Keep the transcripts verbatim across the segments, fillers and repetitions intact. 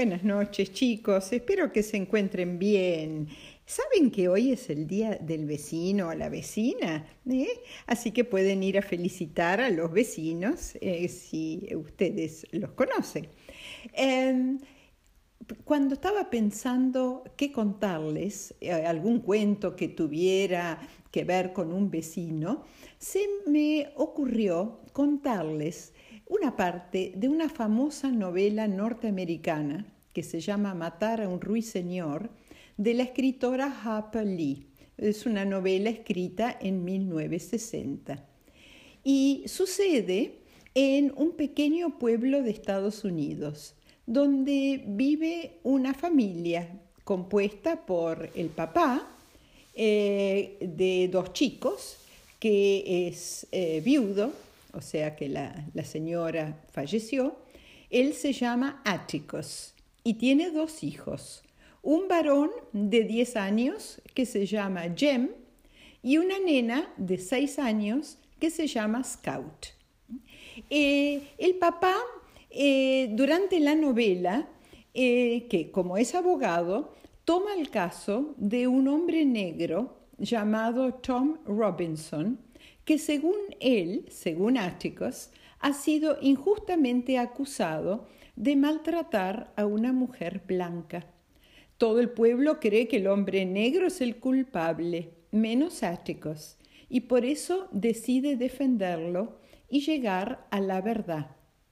Buenas noches, chicos. Espero que se encuentren bien. ¿Saben que hoy es el día del vecino o la vecina? ¿Eh? Así que pueden ir a felicitar a los vecinos eh, si ustedes los conocen. Eh, Cuando estaba pensando qué contarles, eh, algún cuento que tuviera que ver con un vecino, se me ocurrió contarles una parte de una famosa novela norteamericana que se llama Matar a un ruiseñor, de la escritora Harper Lee. Es una novela escrita en mil novecientos sesenta y sucede en un pequeño pueblo de Estados Unidos, donde vive una familia compuesta por el papá eh, de dos chicos, que es eh, viudo, o sea que la, la señora falleció. Él se llama Atticus y tiene dos hijos, un varón de diez años que se llama Jem y una nena de seis años que se llama Scout. Eh, el papá, eh, durante la novela, eh, que como es abogado, toma el caso de un hombre negro llamado Tom Robinson, que según él, según Atticus, ha sido injustamente acusado de maltratar a una mujer blanca. Todo el pueblo cree que el hombre negro es el culpable, menos Atticus, y por eso decide defenderlo y llegar a la verdad.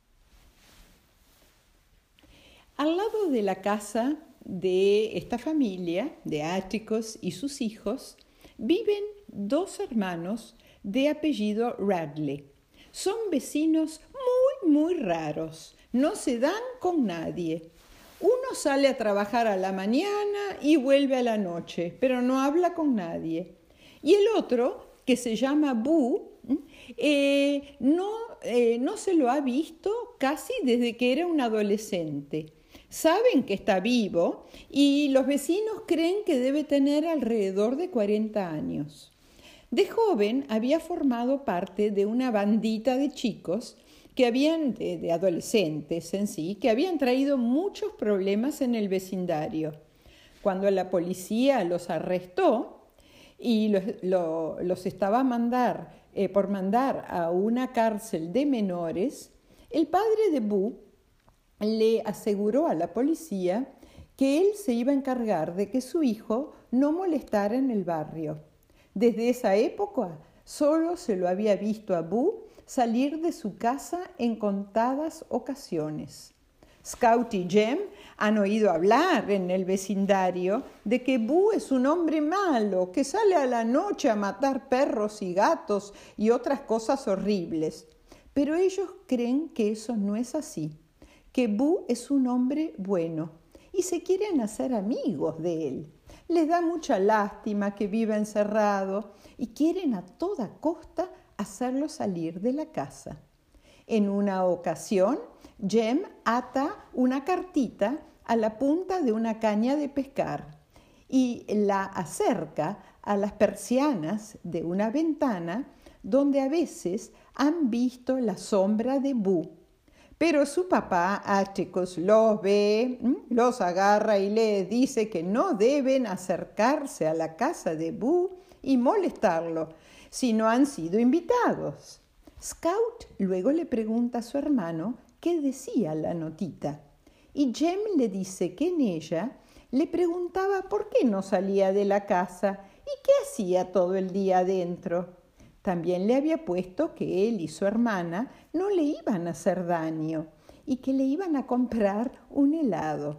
Al lado de la casa de esta familia, de Atticus y sus hijos, viven dos hermanos de apellido Radley. Son vecinos muy, muy raros. No se dan con nadie. Uno sale a trabajar a la mañana y vuelve a la noche, pero no habla con nadie. Y el otro, que se llama Boo, eh, no, eh, no se lo ha visto casi desde que era un adolescente. Saben que está vivo y los vecinos creen que debe tener alrededor de cuarenta años. De joven había formado parte de una bandita de chicos que habían, de, de adolescentes en sí, que habían traído muchos problemas en el vecindario. Cuando la policía los arrestó y los, lo, los estaba a mandar, eh, por mandar a una cárcel de menores, el padre de Boo le aseguró a la policía que él se iba a encargar de que su hijo no molestara en el barrio. Desde esa época solo se lo había visto a Boo salir de su casa en contadas ocasiones. Scout y Jem han oído hablar en el vecindario de que Boo es un hombre malo que sale a la noche a matar perros y gatos y otras cosas horribles. Pero ellos creen que eso no es así, que Boo es un hombre bueno y se quieren hacer amigos de él. Les da mucha lástima que viva encerrado y quieren a toda costa hacerlo salir de la casa. En una ocasión, Jem ata una cartita a la punta de una caña de pescar y la acerca a las persianas de una ventana donde a veces han visto la sombra de Boo. Pero su papá, Atticus, los ve, los agarra y les dice que no deben acercarse a la casa de Boo y molestarlo si no han sido invitados. Scout luego le pregunta a su hermano qué decía la notita y Jem le dice que en ella le preguntaba por qué no salía de la casa y qué hacía todo el día adentro. También le había puesto que él y su hermana no le iban a hacer daño y que le iban a comprar un helado.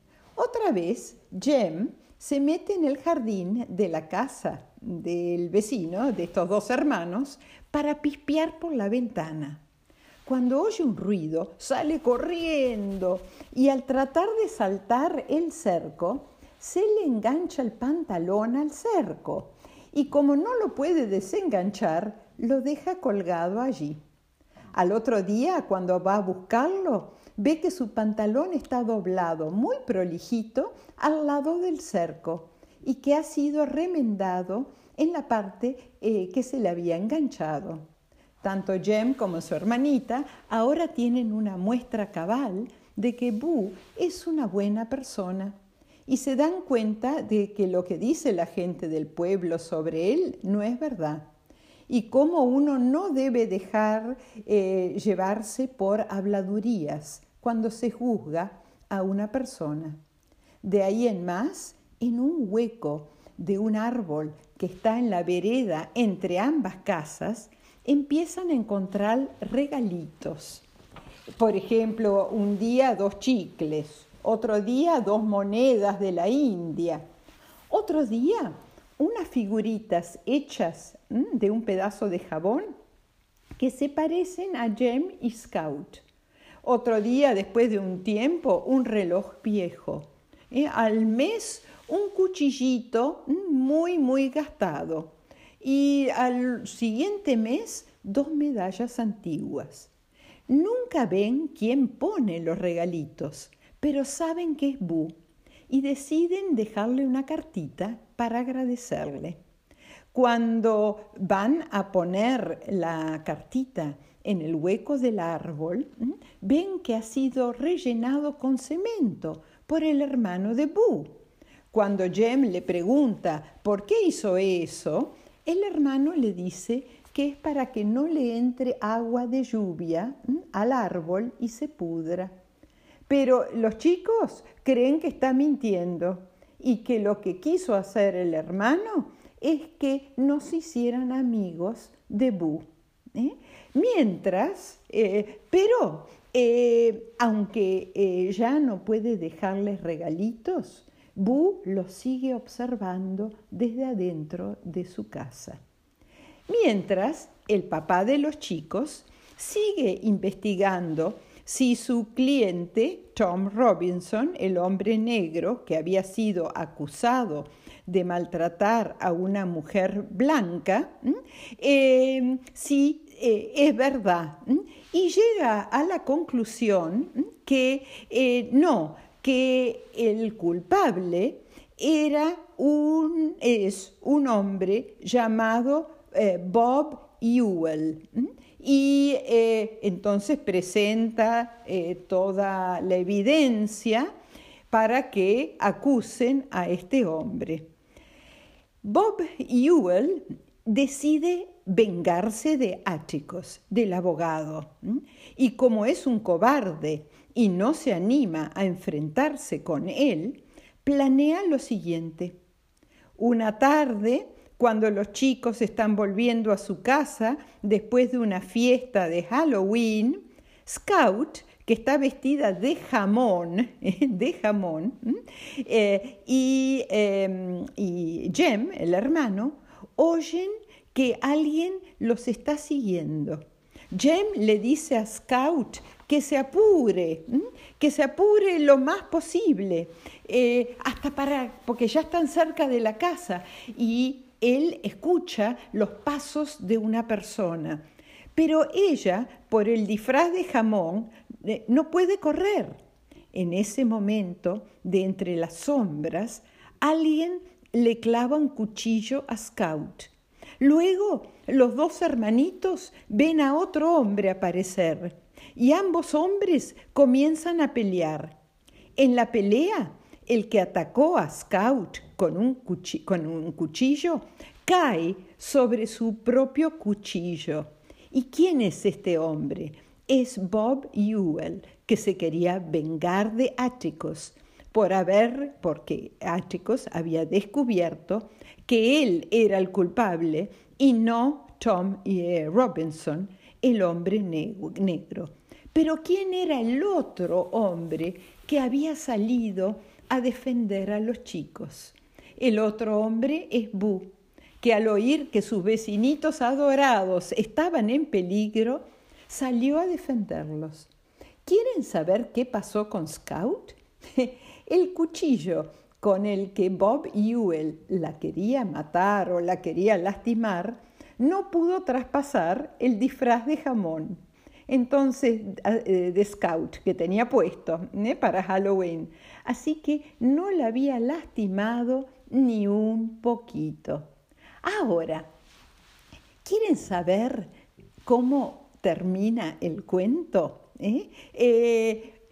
Otra vez, Jem se mete en el jardín de la casa del vecino, de estos dos hermanos, para pispear por la ventana. Cuando oye un ruido, sale corriendo y al tratar de saltar el cerco, se le engancha el pantalón al cerco. Y como no lo puede desenganchar, lo deja colgado allí. Al otro día, cuando va a buscarlo, ve que su pantalón está doblado muy prolijito al lado del cerco y que ha sido remendado en la parte eh, que se le había enganchado. Tanto Jem como su hermanita ahora tienen una muestra cabal de que Boo es una buena persona y se dan cuenta de que lo que dice la gente del pueblo sobre él no es verdad y cómo uno no debe dejar eh, llevarse por habladurías cuando se juzga a una persona. De ahí en más, en un hueco de un árbol que está en la vereda entre ambas casas, empiezan a encontrar regalitos. Por ejemplo, un día dos chicles, otro día dos monedas de la India, otro día unas figuritas hechas ¿m? de un pedazo de jabón que se parecen a Jem y Scout. Otro día, después de un tiempo, un reloj viejo. ¿Eh? Al mes, un cuchillito muy, muy gastado. Y al siguiente mes, dos medallas antiguas. Nunca ven quién pone los regalitos, pero saben que es Boo y deciden dejarle una cartita para agradecerle. Cuando van a poner la cartita en el hueco del árbol, ven que ha sido rellenado con cemento por el hermano de Boo. Cuando Jem le pregunta por qué hizo eso, el hermano le dice que es para que no le entre agua de lluvia al árbol y se pudra. Pero los chicos creen que está mintiendo y que lo que quiso hacer el hermano es que no se hicieran amigos de Boo. ¿eh? Mientras, eh, pero eh, aunque eh, ya no puede dejarles regalitos, Boo los sigue observando desde adentro de su casa. Mientras, el papá de los chicos sigue investigando si su cliente, Tom Robinson, el hombre negro que había sido acusado de maltratar a una mujer blanca, eh, si eh, es verdad. Y llega a la conclusión que eh, no, que el culpable era un, es un hombre llamado eh, Bob Ewell. Y eh, entonces presenta eh, toda la evidencia para que acusen a este hombre. Bob Ewell decide vengarse de Atticus, del abogado, y como es un cobarde y no se anima a enfrentarse con él, planea lo siguiente. Una tarde, cuando los chicos están volviendo a su casa después de una fiesta de Halloween, Scout, que está vestida de jamón, de jamón, eh, y, eh, y Jem, el hermano, oyen que alguien los está siguiendo. Jem le dice a Scout que se apure, que se apure lo más posible, eh, hasta para, porque ya están cerca de la casa, y él escucha los pasos de una persona. Pero ella, por el disfraz de jamón, eh, no puede correr. En ese momento, de entre las sombras, alguien le clava un cuchillo a Scout. Luego, los dos hermanitos ven a otro hombre aparecer y ambos hombres comienzan a pelear. En la pelea, el que atacó a Scout con un, cuchi- con un cuchillo cae sobre su propio cuchillo. ¿Y quién es este hombre? Es Bob Ewell, que se quería vengar de Atticus por haber, porque Atticus había descubierto que él era el culpable y no Tom eh, Robinson, el hombre negro. Pero ¿quién era el otro hombre que había salido a defender a los chicos? El otro hombre es Boo, que al oír que sus vecinitos adorados estaban en peligro, salió a defenderlos. ¿Quieren saber qué pasó con Scout? El cuchillo con el que Bob Ewell la quería matar o la quería lastimar no pudo traspasar el disfraz de jamón. Entonces, de Scout que tenía puesto ¿eh? para Halloween. Así que no la había lastimado ni un poquito. Ahora, ¿quieren saber cómo termina el cuento? ¿Eh? Eh,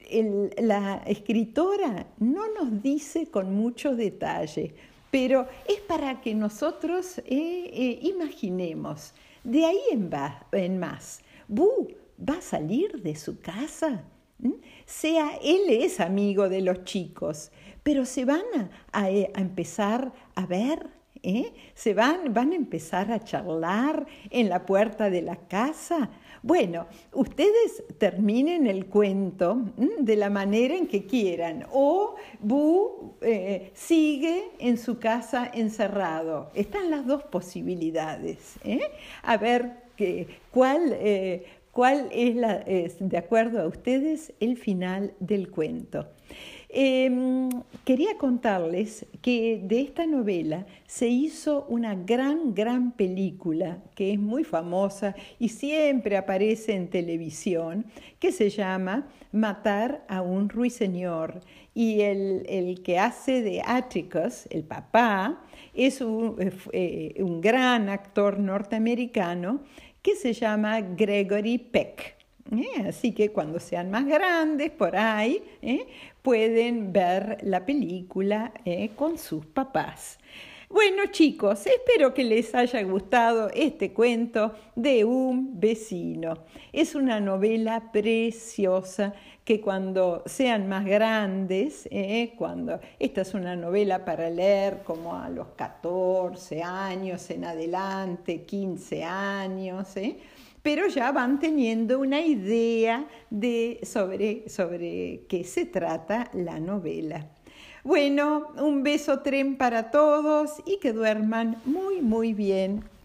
el, la escritora no nos dice con mucho detalle, pero es para que nosotros eh, eh, imaginemos. De ahí en, va, en más, Boo va a salir de su casa. ¿Mm? Sea, él es amigo de los chicos, pero se van a, a, a empezar a ver, ¿eh? Se van, van a empezar a charlar en la puerta de la casa. Bueno, ustedes terminen el cuento ¿m? de la manera en que quieran, o Boo eh, sigue en su casa encerrado. Están las dos posibilidades, ¿eh? A ver que, cuál... Eh, ¿Cuál es, la, es, de acuerdo a ustedes, el final del cuento? Eh, quería contarles que de esta novela se hizo una gran, gran película que es muy famosa y siempre aparece en televisión, que se llama Matar a un ruiseñor. Y el, el que hace de Atticus, el papá, es un, eh, un gran actor norteamericano que se llama Gregory Peck. ¿Eh? Así que cuando sean más grandes, por ahí, ¿eh? pueden ver la película ¿eh? con sus papás. Bueno, chicos, espero que les haya gustado este cuento de un vecino. Es una novela preciosa que cuando sean más grandes, eh, cuando esta es una novela para leer como a los catorce años en adelante, quince años, eh, pero ya van teniendo una idea de sobre, sobre qué se trata la novela. Bueno, un beso tren para todos y que duerman muy, muy bien.